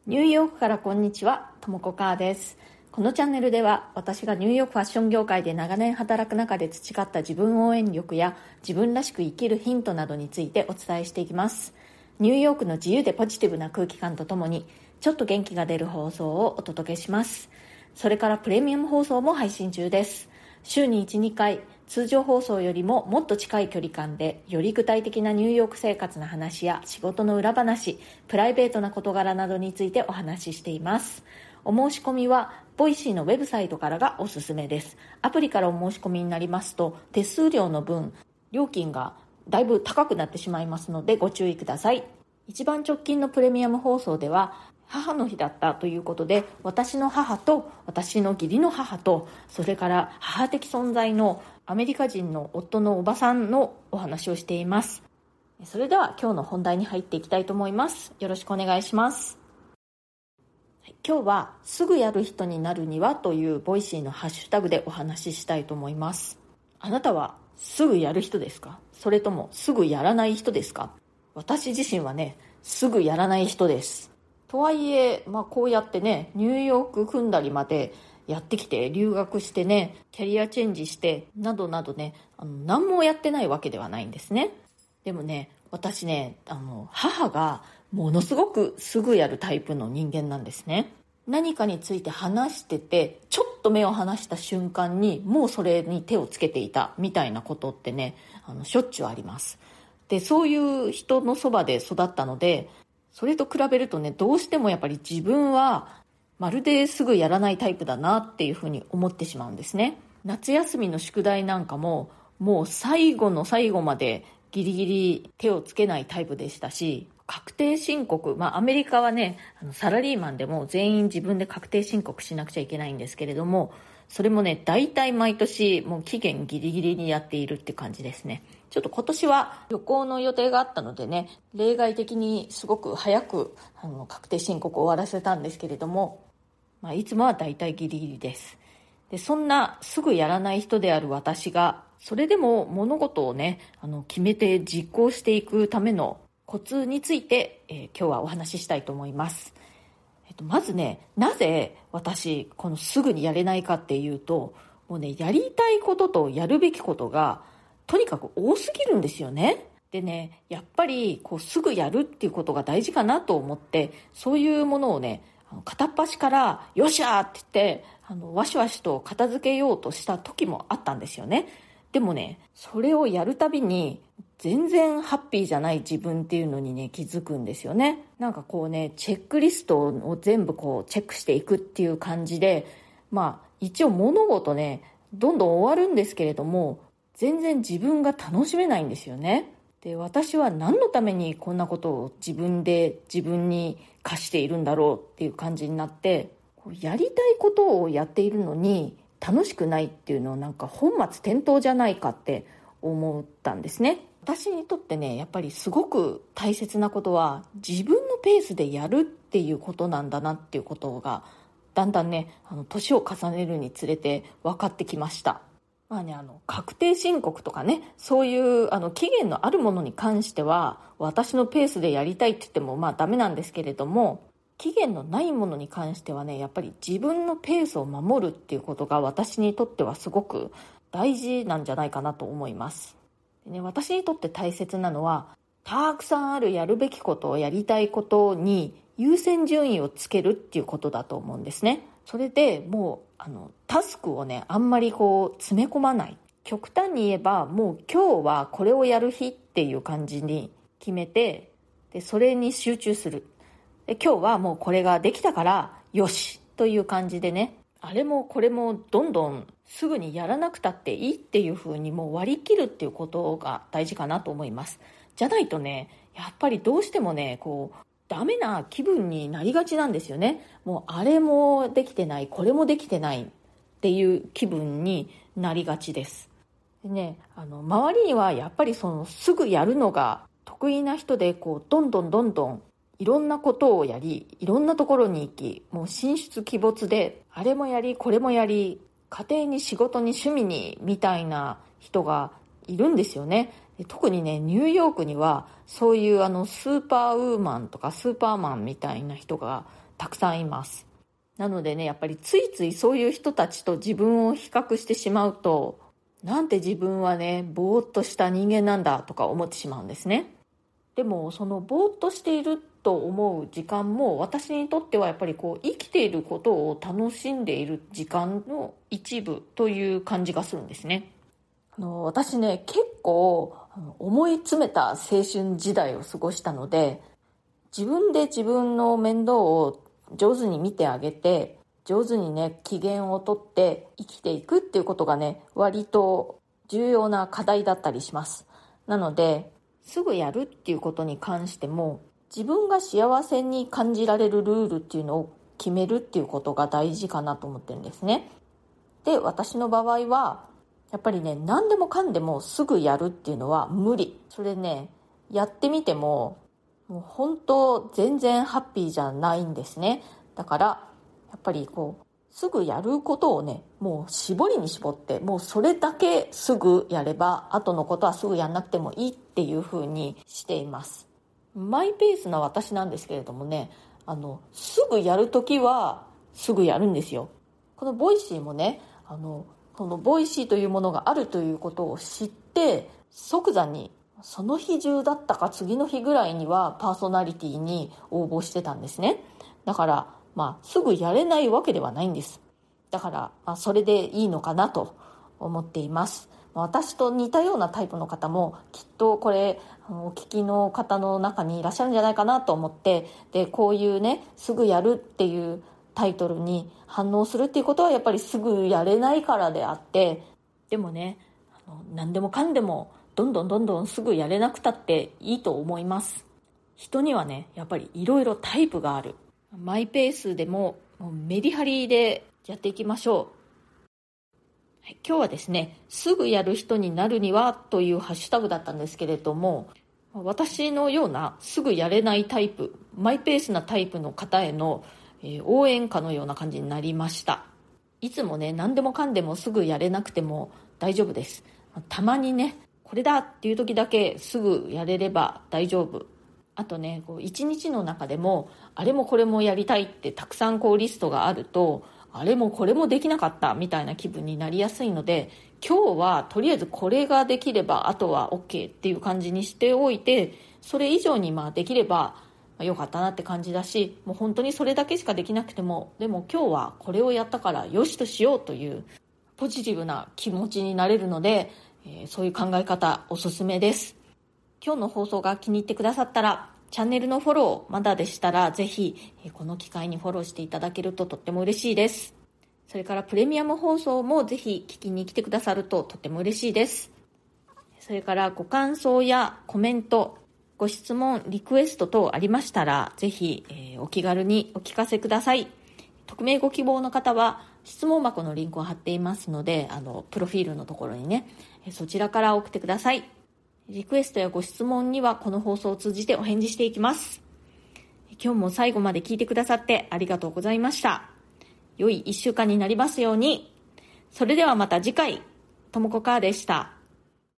ニューヨークからこんにちは、ともこかーです。このチャンネルでは私がニューヨークファッション業界で長年働く中で培った自分応援力や自分らしく生きるヒントなどについてお伝えしていきます。ニューヨークの自由でポジティブな空気感とともにちょっと元気が出る放送をお届けします。それからプレミアム放送も配信中です。週に 1,2 回、通常放送よりももっと近い距離感でより具体的なニューヨーク生活の話や仕事の裏話、プライベートな事柄などについてお話ししています。お申し込みはボイシーのウェブサイトからがおすすめです。アプリからお申し込みになりますと手数料の分料金がだいぶ高くなってしまいますのでご注意ください。一番直近のプレミアム放送では母の日だったということで、私の母と私の義理の母と、それから母的存在のアメリカ人の夫のおばさんのお話をしています。それでは今日の本題に入っていきたいと思います。よろしくお願いします。今日はすぐやる人になるにはというボイシーのハッシュタグでお話ししたいと思います。あなたはすぐやる人ですか？それともすぐやらない人ですか？私自身はね、すぐやらない人です。とはいえ、こうやってね、ニューヨーク組んだりまでやってきて、留学してね、キャリアチェンジしてなどなどね、何もやってないわけではないんですね。でもね、私ね、母がものすごくすぐやるタイプの人間なんですね。何かについて話してて、ちょっと目を離した瞬間にもうそれに手をつけていたみたいなことってね、しょっちゅうあります。で、そういう人のそばで育ったので、それと比べるとね、どうしてもやっぱり自分はまるですぐやらないタイプだなっていうふうに思ってしまうんですね。夏休みの宿題なんかももう最後の最後までギリギリ手をつけないタイプでしたし、確定申告、アメリカはね、サラリーマンでも全員自分で確定申告しなくちゃいけないんですけれども、それもね、大体毎年もう期限ギリギリにやっているって感じですね。ちょっと今年は旅行の予定があったのでね、例外的にすごく早く確定申告を終わらせたんですけれども、いつもは大体ギリギリです。で、そんなすぐやらない人である私が、それでも物事をね、決めて実行していくためのコツについて、今日はお話ししたいと思います。まずね、なぜ私このすぐにやれないかっていうと、もうね、やりたいこととやるべきことがとにかく多すぎるんですよね。でね、やっぱりすぐやるっていうことが大事かなと思って、そういうものをね、片っ端からよっしゃーって言ってわしわしと片付けようとした時もあったんですよね。でもね、それをやるたびに全然ハッピーじゃない自分っていうのにね、気づくんですよね。なんかチェックリストを全部チェックしていくっていう感じで、一応物事ね、どんどん終わるんですけれども、全然自分が楽しめないんですよね。で、私は何のためにこんなことを自分に課しているんだろうっていう感じになって、やりたいことをやっているのに楽しくないっていうのをなんか本末転倒じゃないかって思ったんですね。私にとってね、やっぱりすごく大切なことは自分のペースでやるっていうことなんだなっていうことがだんだんね、年を重ねるにつれて分かってきました。確定申告とかね、そういう期限のあるものに関しては私のペースでやりたいって言ってもダメなんですけれども、期限のないものに関してはね、やっぱり自分のペースを守るっていうことが私にとってはすごく大事なんじゃないかなと思います。でね、私にとって大切なのは、たくさんあるやるべきことをやりたいことに優先順位をつけるっていうことだと思うんですね。それでもうタスクをね、あんまり詰め込まない。極端に言えば、もう今日はこれをやる日っていう感じに決めて、でそれに集中する。で今日はもうこれができたからよしという感じでね、あれもこれもどんどんすぐにやらなくたっていいっていう風にもう割り切るっていうことが大事かなと思います。じゃないとね、やっぱりどうしてもね、ダメな気分になりがちなんですよね。もうあれもできてない、これもできてないっていう気分になりがちです。でね、周りにはやっぱりすぐやるのが得意な人で、どんどんいろんなことをやり、いろんなところに行き、もう神出鬼没で、あれもやり、これもやり、家庭に仕事に趣味にみたいな人がいるんですよね。 特にね、ニューヨークにはそういうスーパーウーマンとかスーパーマンみたいな人がたくさんいます。なのでね、やっぱりついついそういう人たちと自分を比較してしまうと、なんて自分はね、ぼーっとした人間なんだとか思ってしまうんですね。でもそのぼーっとしていると思う時間も私にとってはやっぱり生きていることを楽しんでいる時間の一部という感じがするんですね。私ね、結構思い詰めた青春時代を過ごしたので、自分で自分の面倒を上手に見てあげて、上手にね、機嫌をとって生きていくっていうことがね、割と重要な課題だったりします。なので、すぐやるっていうことに関しても、自分が幸せに感じられるルールっていうのを決めるっていうことが大事かなと思ってるんですね。で、私の場合は、やっぱりね、何でもかんでもすぐやるっていうのは無理。それね、やってみても、もう本当全然ハッピーじゃないんですね。だからやっぱりすぐやることをね、もう絞りに絞って、もうそれだけすぐやれば、後のことはすぐやんなくてもいいっていう風にしています。マイペースな私なんですけれどもね、すぐやるときはすぐやるんですよ。このボイシーもね、このボイシーというものがあるということを知って、即座にその日中だったか次の日ぐらいにはパーソナリティに応募してたんですね。だからすぐやれないわけではないんです。だからそれでいいのかなと思っています。私と似たようなタイプの方もきっとこれお聞きの方の中にいらっしゃるんじゃないかなと思って、でこういうね、すぐやるっていうタイトルに反応するっていうことはやっぱりすぐやれないからであって、でもね、何でもかんでもどんどんすぐやれなくたっていいと思います。人にはね、やっぱりいろいろタイプがある。マイペースでもメリハリでやっていきましょう。はい、今日はですね、すぐやる人になるにはというハッシュタグだったんですけれども、私のようなすぐやれないタイプ、マイペースなタイプの方への応援歌のような感じになりました。いつもね、何でもかんでもすぐやれなくても大丈夫です。たまにね、これだっていう時だけすぐやれれば大丈夫。あとね、一日の中でもあれもこれもやりたいってたくさんリストがあると、あれもこれもできなかったみたいな気分になりやすいので、今日はとりあえずこれができればあとは OK っていう感じにしておいて、それ以上にできれば良かったなって感じだし、もう本当にそれだけしかできなくても、でも今日はこれをやったからよしとしようというポジティブな気持ちになれるので、そういう考え方おすすめです。今日の放送が気に入ってくださったら、チャンネルのフォローまだでしたらぜひこの機会にフォローしていただけるととっても嬉しいです。それからプレミアム放送もぜひ聞きに来てくださるととっても嬉しいです。それからご感想やコメント、ご質問、リクエスト等ありましたらぜひお気軽にお聞かせください。匿名ご希望の方は質問箱のリンクを貼っていますので、プロフィールのところにね、そちらから送ってください。リクエストやご質問にはこの放送を通じてお返事していきます。今日も最後まで聞いてくださってありがとうございました。良い1週間になりますように。それではまた次回、ともこかーでした。